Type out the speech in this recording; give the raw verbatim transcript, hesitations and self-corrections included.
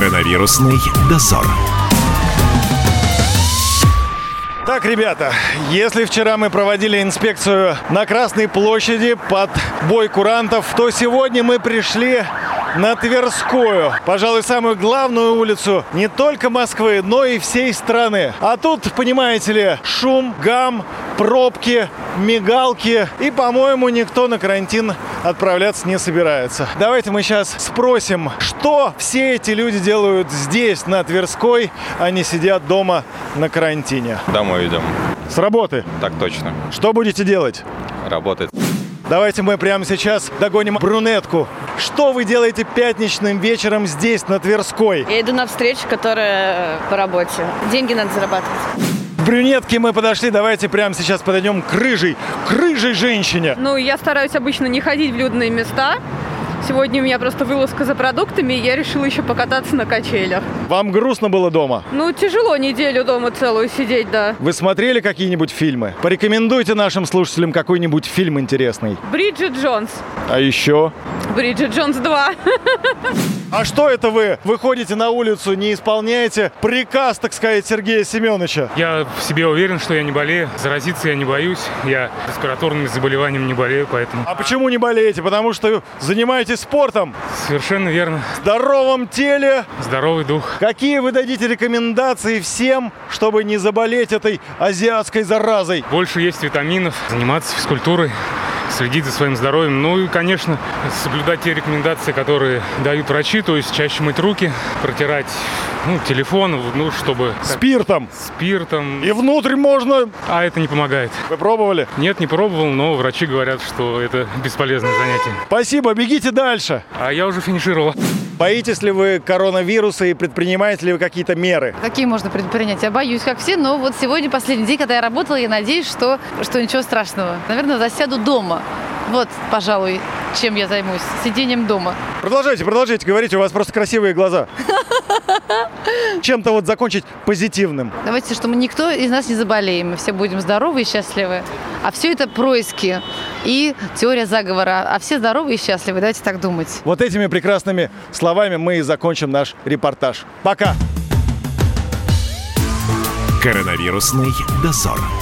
Коронавирусный дозор. Так, ребята, если вчера мы проводили инспекцию на Красной площади под бой курантов, то сегодня мы пришли на Тверскую, пожалуй, самую главную улицу не только Москвы, но и всей страны. А тут, понимаете ли, шум, гам, пробки, мигалки. И, по-моему, никто на карантин отправляться не собирается. Давайте мы сейчас спросим, что все эти люди делают здесь, на Тверской, а не сидят дома на карантине. Домой идем. С работы? Так точно. Что будете делать? Работать. Давайте мы прямо сейчас догоним брюнетку. Что вы делаете пятничным вечером здесь, на Тверской? Я иду на встречу, которая по работе. Деньги надо зарабатывать. К брюнетке мы подошли. Давайте прямо сейчас подойдем к рыжей, к рыжей женщине. Ну, я стараюсь обычно не ходить в людные места. Сегодня у меня просто вылазка за продуктами, и я решила еще покататься на качелях. Вам грустно было дома? Ну, тяжело неделю дома целую сидеть, да. Вы смотрели какие-нибудь фильмы? Порекомендуйте нашим слушателям какой-нибудь фильм интересный. Бриджит Джонс. А еще? Бриджит Джонс два. А что это вы выходите на улицу, не исполняете приказ, так сказать, Сергея Семеновича? Я в себе уверен, что я не болею. Заразиться я не боюсь. Я респираторными заболеваниями не болею, поэтому... А почему не болеете? Потому что занимаетесь спортом? Совершенно верно. В здоровом теле? Здоровый дух. Какие вы дадите рекомендации всем, чтобы не заболеть этой азиатской заразой? Больше есть витаминов, заниматься физкультурой, следить за своим здоровьем. Ну и, конечно, соблюдать те рекомендации, которые дают врачи, то есть чаще мыть руки, протирать ну, телефон, ну, чтобы... Спиртом? Спиртом. И внутрь можно? А это не помогает. Вы пробовали? Нет, не пробовал, но врачи говорят, что это бесполезное занятие. Спасибо, бегите дальше. А я уже финишировал. Боитесь ли вы коронавируса и предпринимаете ли вы какие-то меры? Какие можно предпринять? Я боюсь, как все, но вот сегодня последний день, когда я работала, я надеюсь, что, что ничего страшного. Наверное, засяду дома. Вот, пожалуй, чем я займусь. Сидением дома. Продолжайте, продолжайте говорить, у вас просто красивые глаза. Чем-то вот закончить позитивным. Давайте, что мы никто из нас не заболеем. Мы все будем здоровы и счастливы. А все это происки и теория заговора. А все здоровы и счастливы. Давайте так думать. Вот этими прекрасными словами мы и закончим наш репортаж. Пока! Коронавирусный дозор.